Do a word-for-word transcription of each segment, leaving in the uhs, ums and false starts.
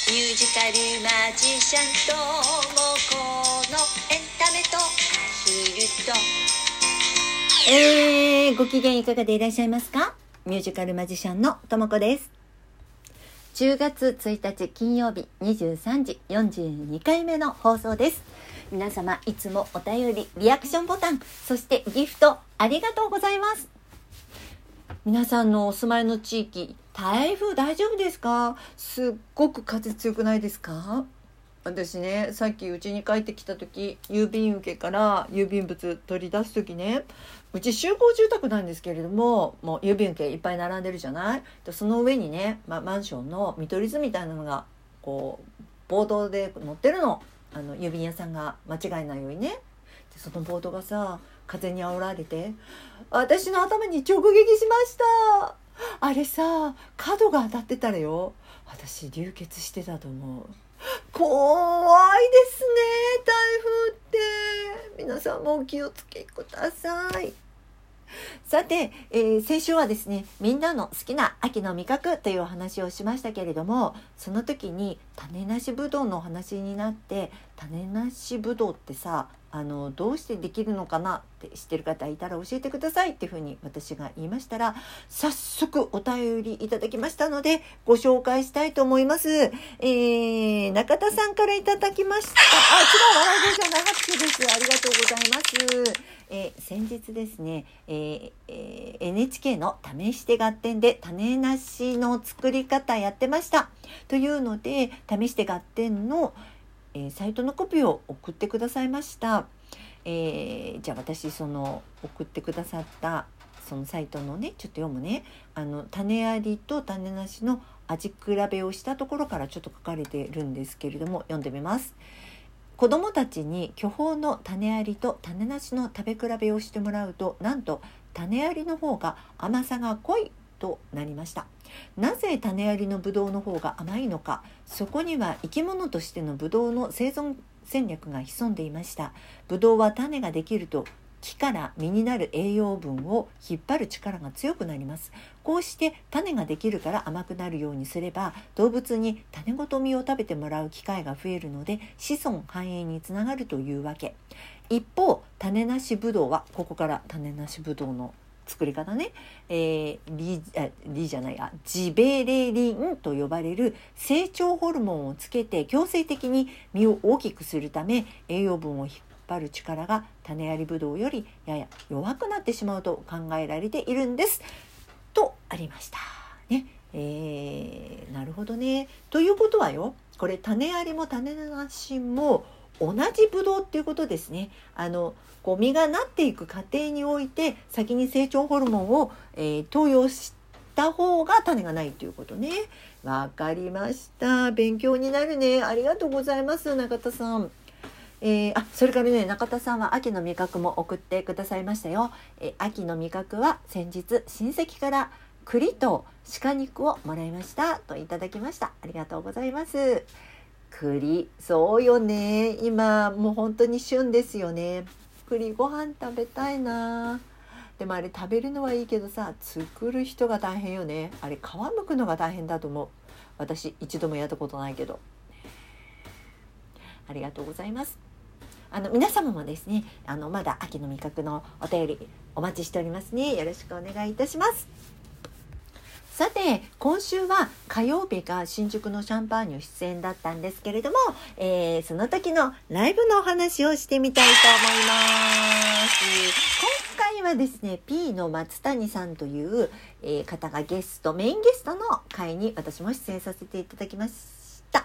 ミュージカルマジシャンともこのエンタメとアヒルと。えー、ご機嫌いかがでいらっしゃいますか？ミュージカルマジシャンのともこです。じゅうがつついたち金曜日にじゅうさんじよんじゅうにかいめの放送です。皆様いつもお便り、リアクションボタン、そしてギフトありがとうございます。皆さんのお住まいの地域、台風大丈夫ですか？すっごく風強くないですか？私ね、さっきうちに帰ってきた時、郵便受けから郵便物取り出す時ね、うち集合住宅なんですけれども、もう郵便受けいっぱい並んでるじゃない？でその上にね、まあ、マンションの見取り図みたいなのがこうボードで載ってるの。あの郵便屋さんが間違いないようにね。でそのボードがさ、風に煽られて私の頭に直撃しました。あれさ、角が当たってたらよ、私流血してたと思う。怖いですね、台風って。皆さんもお気をつけください。さて、えー、先週はですね、みんなの好きな秋の味覚というお話をしましたけれども、その時に種なしぶどうのお話になって、種なしぶどうってさ、あのどうしてできるのかなって知ってる方いたら教えてくださいっていうふうに私が言いましたら、早速お便りいただきましたのでご紹介したいと思います。えー、中田さんからいただきました。あ、違う、笑い声じゃなかったです。ありがとうございます。えー、先日ですね、えーえー、エヌエイチケー の試して合点で種なしの作り方やってましたというので、試して合点のえー、サイトのコピーを送ってくださいました。えー、じゃあ私その送ってくださったそのサイトのね、ちょっと読むね。あの種ありと種なしの味比べをしたところからちょっと書かれているんですけれども、読んでみます。子どもたちに巨峰の種ありと種なしの食べ比べをしてもらうと、なんと種ありの方が甘さが濃いとなりました。なぜ種ありのブドウの方が甘いのか、そこには生き物としてのブドウの生存戦略が潜んでいました。ブドウは種ができると木から実になる栄養分を引っ張る力が強くなります。こうして種ができるから甘くなるようにすれば、動物に種ごと実を食べてもらう機会が増えるので、子孫繁栄につながるというわけ。一方、種なしブドウは、ここから種なしブドウの作り方ね、えー、リ, あリじゃないやジベレリンと呼ばれる成長ホルモンをつけて強制的に実を大きくするため、栄養分を引っ張る力が種ありブドウよりやや弱くなってしまうと考えられているんですとありましたね。えー、なるほどね。ということはよ、これ種ありも種なしも同じブドウっていうことですね。あのこう実がなっていく過程において先に成長ホルモンを、えー、投与した方が種がないということね。わかりました。勉強になるね。ありがとうございます、中田さん。えー、あそれからね、中田さんは秋の味覚も送ってくださいましたよ。えー、秋の味覚は先日親戚から栗と鹿肉をもらいましたといただきました。ありがとうございます。栗、そうよね、今もう本当に旬ですよね。栗ご飯食べたいな。でもあれ食べるのはいいけどさ、作る人が大変よね。あれ皮むくのが大変だと思う。私一度もやったことないけど。ありがとうございます。あの皆様もですね、あのまだ秋の味覚のお便りお待ちしておりますね。よろしくお願いいたします。さて、今週は火曜日が新宿のシャンパーニュ出演だったんですけれども、えー、その時のライブのお話をしてみたいと思います。今回はですね、P の松谷さんという、えー、方がゲスト、メインゲストの回に私も出演させていただきました。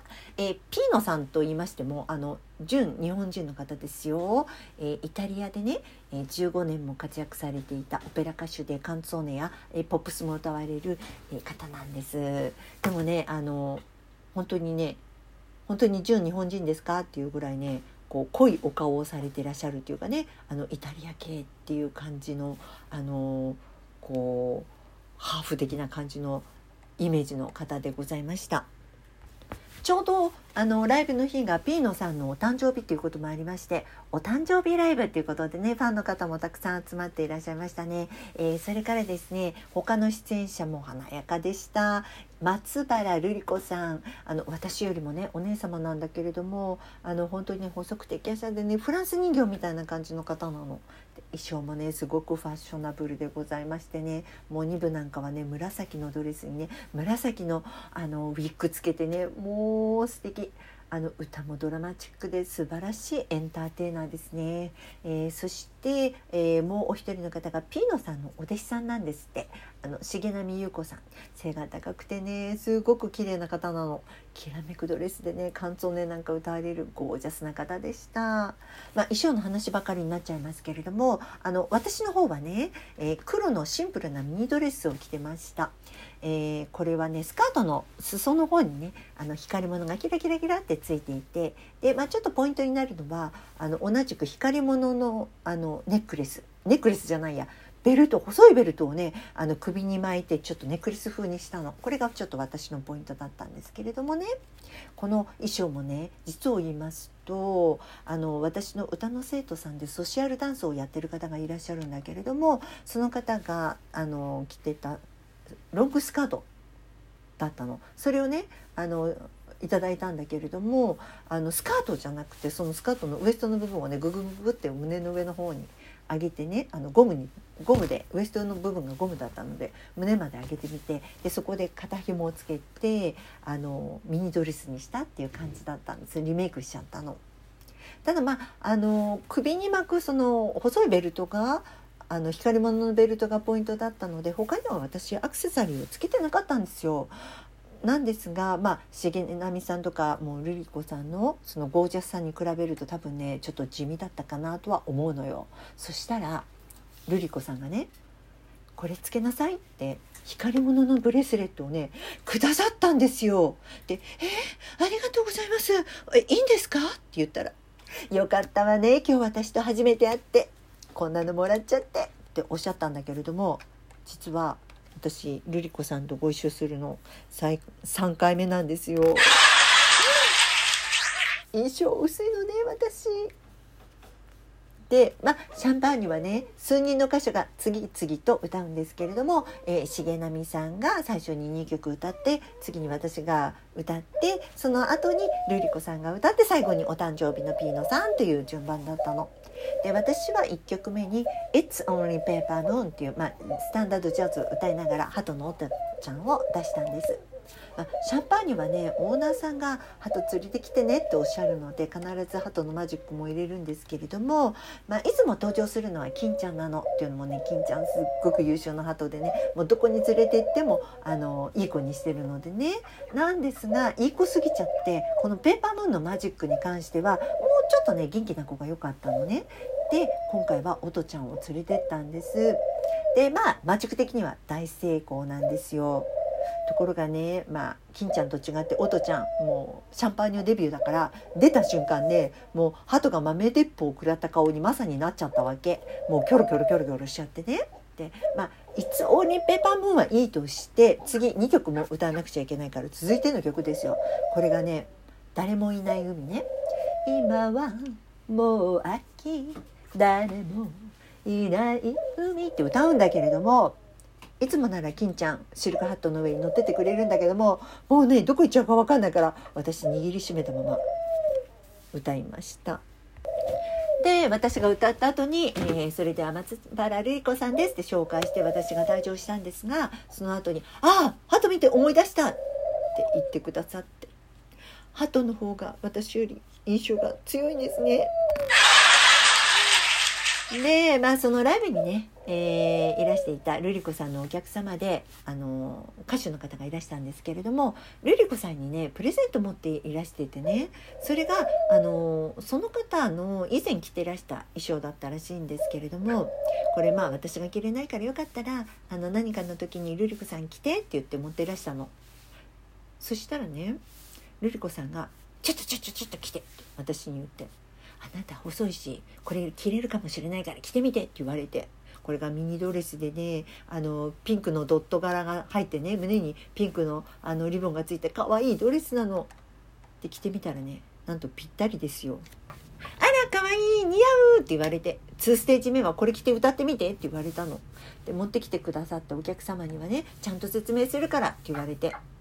えー、ピーノさんと言いましても、あの純日本人の方ですよ。えー、イタリアでね、えー、じゅうごねんも活躍されていたオペラ歌手でカンツォーネや、えー、ポップスも歌われる、えー、方なんです。でもね、あの本当にね、本当に純日本人ですかっていうぐらいね、こう濃いお顔をされていらっしゃるというかね、あのイタリア系っていう感じの、あのこうハーフ的な感じのイメージの方でございました。ちょうどあのライブの日がピーノさんのお誕生日ということもありまして、お誕生日ライブということでね、ファンの方もたくさん集まっていらっしゃいましたね。えー、それからですね、他の出演者も華やかでした。 松原瑠璃子さん、あの私よりもねお姉様なんだけれども、あの本当にね細くて華奢でねフランス人形みたいな感じの方なの。で衣装もねすごくファッショナブルでございましてね、もうに部なんかはね紫のドレスにね紫のあのウィッグつけてね、もう素敵。あの歌もドラマチックで素晴らしいエンターテイナーですね。えー、そして、えー、もうお一人の方がピーノさんのお弟子さんなんですって。あの重波優子さん、背が高くてねすごく綺麗な方なの。きらめくドレスでねカンツォーネなんか歌われるゴージャスな方でした。まあ、衣装の話ばかりになっちゃいますけれども、あの私の方はね、えー、黒のシンプルなミニドレスを着てました。えー、これはねスカートの裾の方にねあの光り物がキラキラキラってついていて、で、まあ、ちょっとポイントになるのはあの同じく光り物の、あのネックレスネックレスじゃないやベルト、細いベルトをねあの首に巻いてちょっとネックレス風にしたの。これがちょっと私のポイントだったんですけれどもね、この衣装もね実を言いますと、あの私の歌の生徒さんでソシアルダンスをやってる方がいらっしゃるんだけれども、その方があの着てたロングスカートだったの。それをねあのいただいたんだけれども、あのスカートじゃなくてそのスカートのウエストの部分をねググググって胸の上の方に上げてね、あのゴムにゴムでウエストの部分がゴムだったので胸まで上げてみて、でそこで肩紐をつけてあのミニドレスにしたっていう感じだったんです。リメイクしちゃったの。ただまああの首に巻くその細いベルトがあの光り物のベルトがポイントだったので、他には私アクセサリーをつけてなかったんですよ。なんですが、まあ重波さんとかもう瑠璃子さんのそのゴージャスさに比べると多分ねちょっと地味だったかなとは思うのよ。そしたら瑠璃子さんがねこれつけなさいって光り物のブレスレットをねくださったんですよ。で、えー、ありがとうございます、えいいんですかって言ったら、よかったわね今日私と初めて会ってこんなのもらっちゃってっておっしゃったんだけれども、実は私瑠璃子さんとご一緒するのさんかいめなんですよ。印象薄いのね私で、まあ、シャンパーニュはね数人の歌手が次々と歌うんですけれども、えー、重波さんが最初ににきょく歌って、次に私が歌って、その後に瑠璃子さんが歌って、最後にお誕生日のピーノさんという順番だったの。で私はいっきょくめに It's Only Paper Moon っていう、まあ、スタンダードジャズを歌いながら鳩のおとちゃんを出したんです。まあ、シャンパーニュはねオーナーさんが鳩連れてきてねっておっしゃるので必ず鳩のマジックも入れるんですけれども、まあ、いつも登場するのは金ちゃんなのっていうのもね、金ちゃんすっごく優秀な鳩でね、もうどこに連れて行ってもあのいい子にしてるのでね、なんですがいい子すぎちゃって、このペーパームーンのマジックに関してはもうちょっとね元気な子が良かったのね。で今回はおとちゃんを連れてったんです。でまあマジック的には大成功なんですよ。ところがね、まあ金ちゃんと違っておとちゃんもうシャンパーニュデビューだから、出た瞬間ねもう鳩が豆鉄砲を食らった顔にまさになっちゃったわけ。もうキョロキョロキョロキョロしちゃってね。でまあいつオーニーペーパームーンはいいとして、次にきょくも歌わなくちゃいけないから続いての曲ですよ。これがね誰もいない海ね。今はもう秋誰もいない海って歌うんだけれども、いつもなら金ちゃんシルクハットの上に乗っててくれるんだけども、もうねどこ行っちゃうか分かんないから私握りしめたまま歌いました。で私が歌った後に、えー、それでは松原瑠璃子さんですって紹介して私が退場したんですが、その後にああ鳩見て思い出したって言ってくださって、鳩の方が私より印象が強いんですね。でまあそのライブにね、えー、いらしていた瑠璃子さんのお客様であの歌手の方がいらしたんですけれども、瑠璃子さんにねプレゼント持っていらしていてね、それがあのその方の以前着てらした衣装だったらしいんですけれども、これまあ私が着れないからよかったらあの何かの時に瑠璃子さん着てって言って持っていらしたの。そしたらね瑠璃子さんがちょっとちょっとちょっと着てって私に言って、あなた細いしこれ着れるかもしれないから着てみてって言われて、これがミニドレスでねあのピンクのドット柄が入ってね、胸にピンクのあのリボンがついて可愛いドレスなの。で着てみたらねなんとぴったりですよ。あら可愛い似合うって言われて、にステージ目はこれ着て歌ってみてって言われたの。で持ってきてくださったお客様にはねちゃんと説明するからって言われて、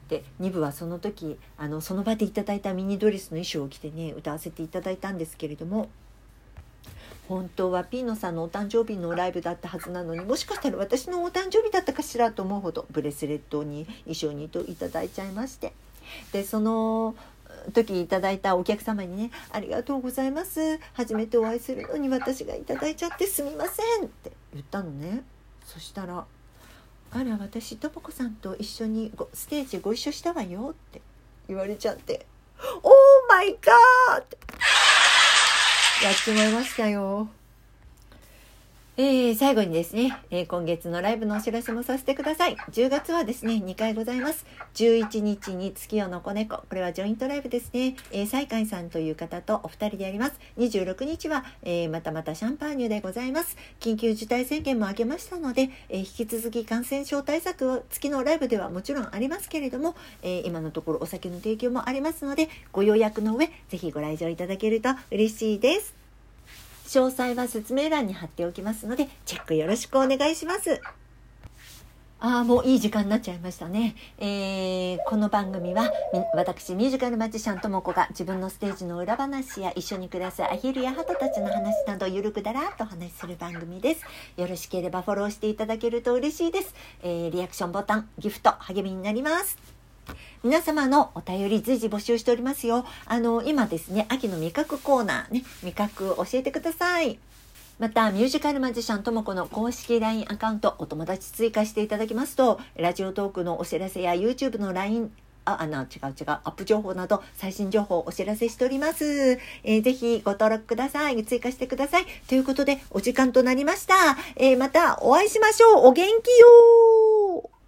でに部はその時あのその場でいただいたミニドレスの衣装を着てね歌わせていただいたんですけれども、本当はピーノさんのお誕生日のライブだったはずなのに、もしかしたら私のお誕生日だったかしらと思うほどブレスレットに衣装にといただいちゃいまして、でその時いただいたお客様にね、ありがとうございます、初めてお会いするのに私がいただいちゃってすみませんって言ったのね。そしたら、あら私ともこさんと一緒にごステージご一緒したわよって言われちゃって、オーマイガーってやっちまいましたよ。えー、最後にですね、えー、今月のライブのお知らせもさせてください。じゅうがつはですね、にかいございます。じゅういちにちに月夜の子猫、これはジョイントライブですね。えー、西海さんという方とお二人でやります。にじゅうろくにちは、えー、またまたシャンパーニュでございます。緊急事態宣言も明けましたので、えー、引き続き感染症対策付きのライブではもちろんありますけれども、えー、今のところお酒の提供もありますので、ご予約の上、ぜひご来場いただけると嬉しいです。詳細は説明欄に貼っておきますので、チェックよろしくお願いします。ああ、もういい時間になっちゃいましたね。えー、この番組は私ミュージカルマジシャンともこが自分のステージの裏話や一緒に暮らすアヒルやハトたちの話などゆるくだらっとお話しする番組です。よろしければフォローしていただけると嬉しいです。えー、リアクションボタン、ギフト励みになります。皆様のお便り随時募集しておりますよ。あの今ですね、秋の味覚コーナーね、味覚教えてください。またミュージカルマジシャンともこの公式 ライン アカウントお友達追加していただきますと、ラジオトークのお知らせや YouTube の ライン あ、あの違う違うアップ情報など最新情報をお知らせしております。えー、ぜひご登録ください。追加してください。ということでお時間となりました。えー、またお会いしましょう。お元気よー。